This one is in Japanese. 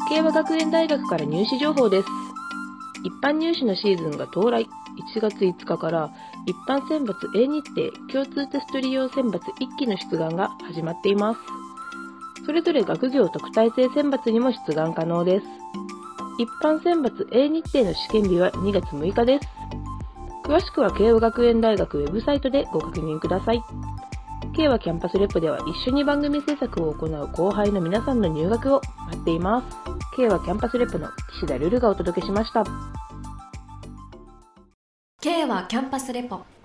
慶和学園大学から入試情報です。一般入試のシーズンが到来。1月5日から一般選抜 A 日程共通テスト利用選抜1期の出願が始まっています。それぞれ学業特待生選抜にも出願可能です。一般選抜 A 日程の試験日は2月6日です。詳しくは慶和学園大学ウェブサイトでご確認ください。慶和キャンパスレポでは一緒に番組制作を行う後輩の皆さんの入学を待っています。慶和キャンパスレポの岸田瑠瑠がお届けしました。 慶和キャンパスレポ。